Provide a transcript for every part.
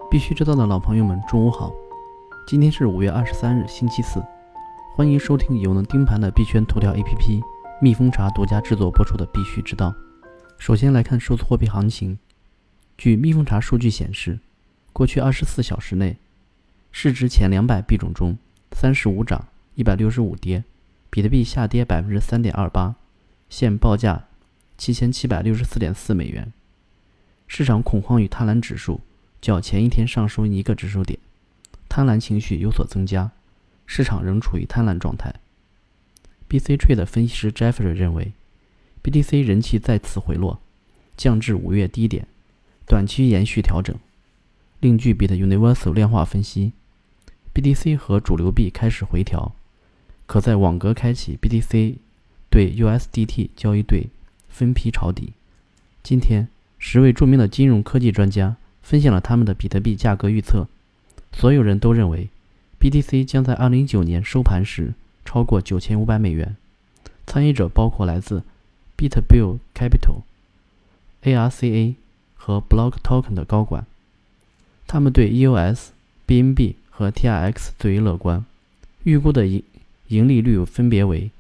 必须知道的老朋友们，中午好！今天是5月23日，星期四，欢迎收听由能盯盘的币圈头条 APP 蜜蜂茶独家制作播出的必须知道。首先来看数字货币行情。据蜜蜂茶数据显示，过去24小时内，市值前200币种中35涨165跌，比特币下跌 3.28%， 现报价7764.4美元。市场恐慌与贪婪指数较前一天上收1个指数点，贪婪情绪有所增加，市场仍处于贪婪状态。BC Trade 分析师 Jeffrey 认为 BTC 人气再次回落，降至5月低点，短期延续调整。另据 BitUniversal 量化分析， BTC 和主流币开始回调，可在网格开启 BTC 对 USDT 交易对分批抄底。今天10位著名的金融科技专家分享了他们的比特币价格预测，所有人都认为 BTC 将在2019年收盘时超过9500美元。参与者包括来自 BitBull Capital、ARCA 和 Block Token 的高管，他们对 EOS、BNB 和 TRX 最为乐观，预估的盈利率分别为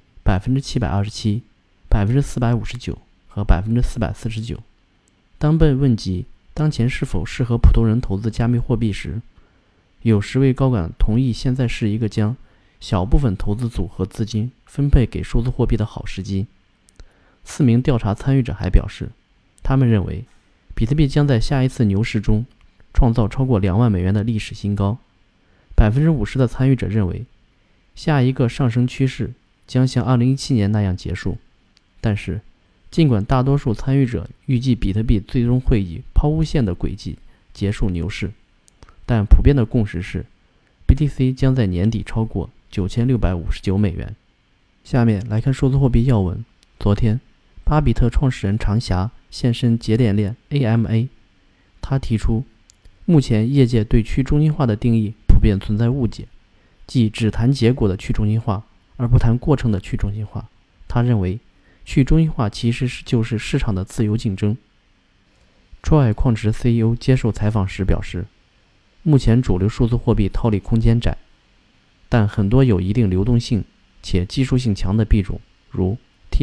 727%、459% 和 449%。当被问及当前是否适合普通人投资加密货币时，有10位高管同意现在是一个将小部分投资组合资金分配给数字货币的好时机。4名调查参与者还表示，他们认为比特币将在下一次牛市中创造超过2万美元的历史新高。50%的参与者认为下一个上升趋势将像2017年那样结束。但是尽管大多数参与者预计比特币最终会以抛物线的轨迹结束牛市，但普遍的共识是 BTC 将在年底超过9659美元。下面来看数字货币要闻。昨天，巴比特创始人长霞现身节点链 AMA， 他提出目前业界对去中心化的定义普遍存在误解，即只谈结果的去中心化，而不谈过程的去中心化。他认为去中心化其实就是市场的自由竞争。Troy 矿池 CEO 接受采访时表示，目前主流数字货币套利空间窄，但很多有一定流动性且技术性强的币种，如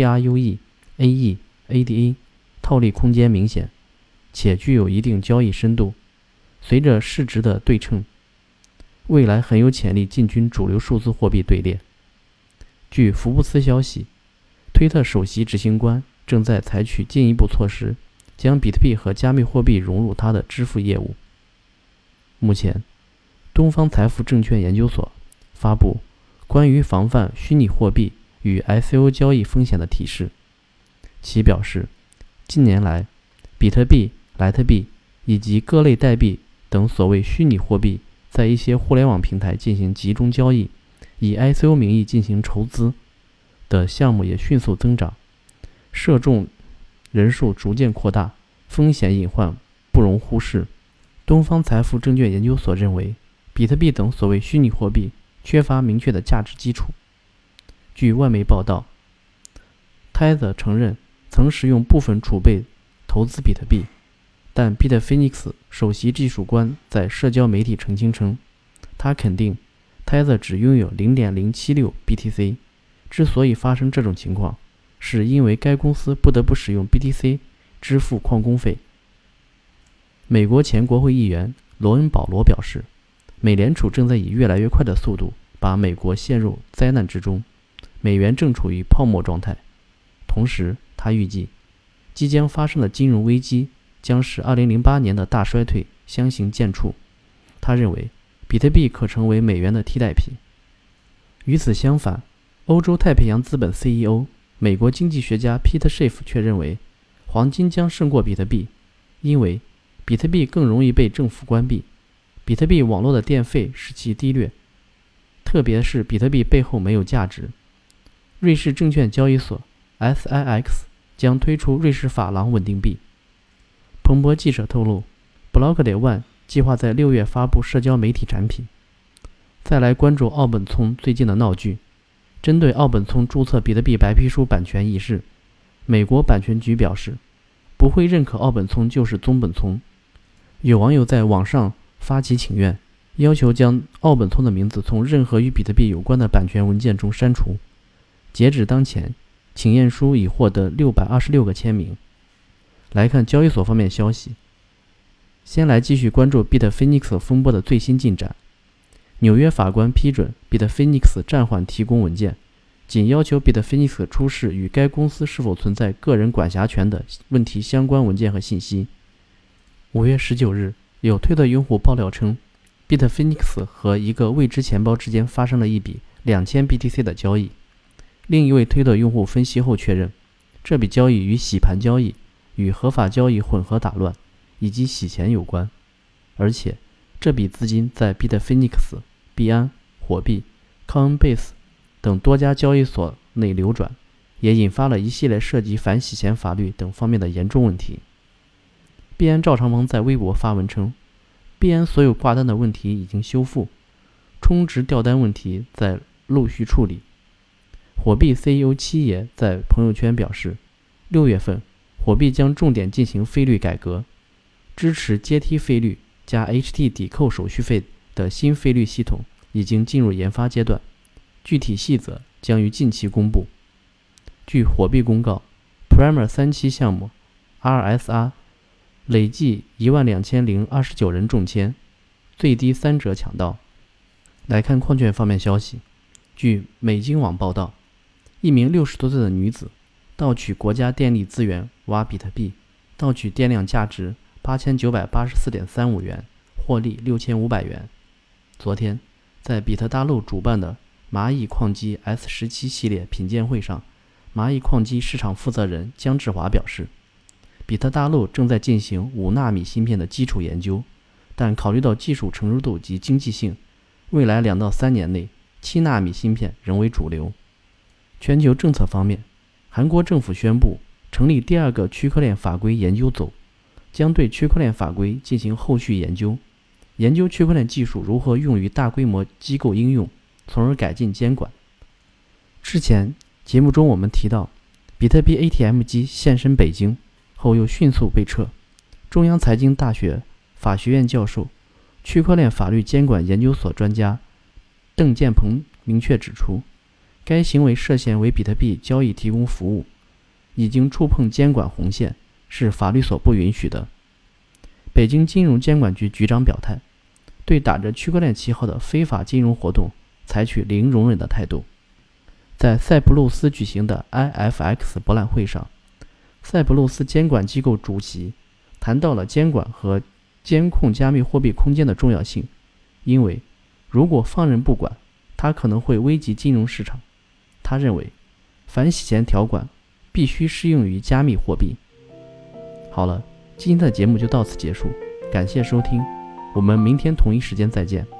TRUE、AE、ADA 套利空间明显，且具有一定交易深度。随着市值的对称，未来很有潜力进军主流数字货币队列。据福布斯消息，推特首席执行官正在采取进一步措施，将比特币和加密货币融入他的支付业务。目前，东方财富证券研究所发布关于防范虚拟货币与 ICO 交易风险的提示。其表示，近年来，比特币、莱特币以及各类代币等所谓虚拟货币在一些互联网平台进行集中交易，以 ICO 名义进行筹资的项目也迅速增长，涉众人数逐渐扩大，风险隐患不容忽视。东方财富证券研究所认为，比特币等所谓虚拟货币缺乏明确的价值基础。据外媒报道， Tether 承认曾使用部分储备投资比特币，但 Bitfinex 首席技术官在社交媒体澄清称，他肯定 Tether 只拥有 0.076 BTC，之所以发生这种情况，是因为该公司不得不使用 BTC 支付矿工费。美国前国会议员罗恩·保罗表示，美联储正在以越来越快的速度把美国陷入灾难之中，美元正处于泡沫状态。同时，他预计即将发生的金融危机将使2008年的大衰退相形见绌。他认为比特币可成为美元的替代品。与此相反，欧洲太平洋资本 CEO、 美国经济学家 Peter Schiff 却认为黄金将胜过比特币，因为比特币更容易被政府关闭，比特币网络的电费使其低劣，特别是比特币背后没有价值。瑞士证券交易所 SIX 将推出瑞士法郎稳定币。彭博记者透露， Blockday One 计划在6月发布社交媒体产品。再来关注奥本聪最近的闹剧。针对奥本聪注册比特币白皮书版权一事，美国版权局表示不会认可奥本聪就是宗本聪。有网友在网上发起请愿，要求将奥本聪的名字从任何与比特币有关的版权文件中删除。截止当前，请愿书已获得626个签名。来看交易所方面消息，先来继续关注 Bitfinex 风波的最新进展。纽约法官批准 Bitfinex 暂缓提供文件，仅要求 Bitfinex 出示与该公司是否存在个人管辖权的问题相关文件和信息。5月19日，有推特用户爆料称 Bitfinex 和一个未知钱包之间发生了一笔2000 BTC 的交易。另一位推特用户分析后确认，这笔交易与洗盘交易、与合法交易混合打乱以及洗钱有关，而且这笔资金在 Bitfinex、币安、火币、Coinbase 等多家交易所内流转，也引发了一系列涉及反洗钱法律等方面的严重问题。币安赵长鹏在微博发文称，币安所有挂单的问题已经修复，充值掉单问题在陆续处理。火币 CEO 七爷在朋友圈表示，6月份火币将重点进行费率改革，支持阶梯费率加 HT 抵扣手续费的新费率系统已经进入研发阶段，具体细则将于近期公布。据火币公告， Primer 3期项目 RSR 累计12029人中签，最低3折抢到。来看矿券方面消息，据美金网报道，一名60多岁的女子盗取国家电力资源挖比特币，盗取电量价值8984.35元，获利6500元。昨天，在比特大陆主办的蚂蚁矿机 S17 系列品鉴会上，蚂蚁矿机市场负责人姜志华表示，比特大陆正在进行5纳米芯片的基础研究，但考虑到技术成熟度及经济性，未来2到3年内7纳米芯片仍为主流。全球政策方面，韩国政府宣布成立第2个区块链法规研究组，将对区块链法规进行后续研究，研究区块链技术如何用于大规模机构应用，从而改进监管。之前节目中我们提到，比特币 ATM 机现身北京后又迅速被撤。中央财经大学法学院教授、区块链法律监管研究所专家邓建鹏明确指出，该行为涉嫌为比特币交易提供服务，已经触碰监管红线，是法律所不允许的。北京金融监管局局长表态，对打着区块链旗号的非法金融活动采取零容忍的态度。在塞浦路斯举行的 IFX 博览会上，塞浦路斯监管机构主席谈到了监管和监控加密货币空间的重要性，因为如果放任不管，它可能会危及金融市场。他认为，反洗钱条款必须适用于加密货币。好了，今天的节目就到此结束，感谢收听，我们明天同一时间再见。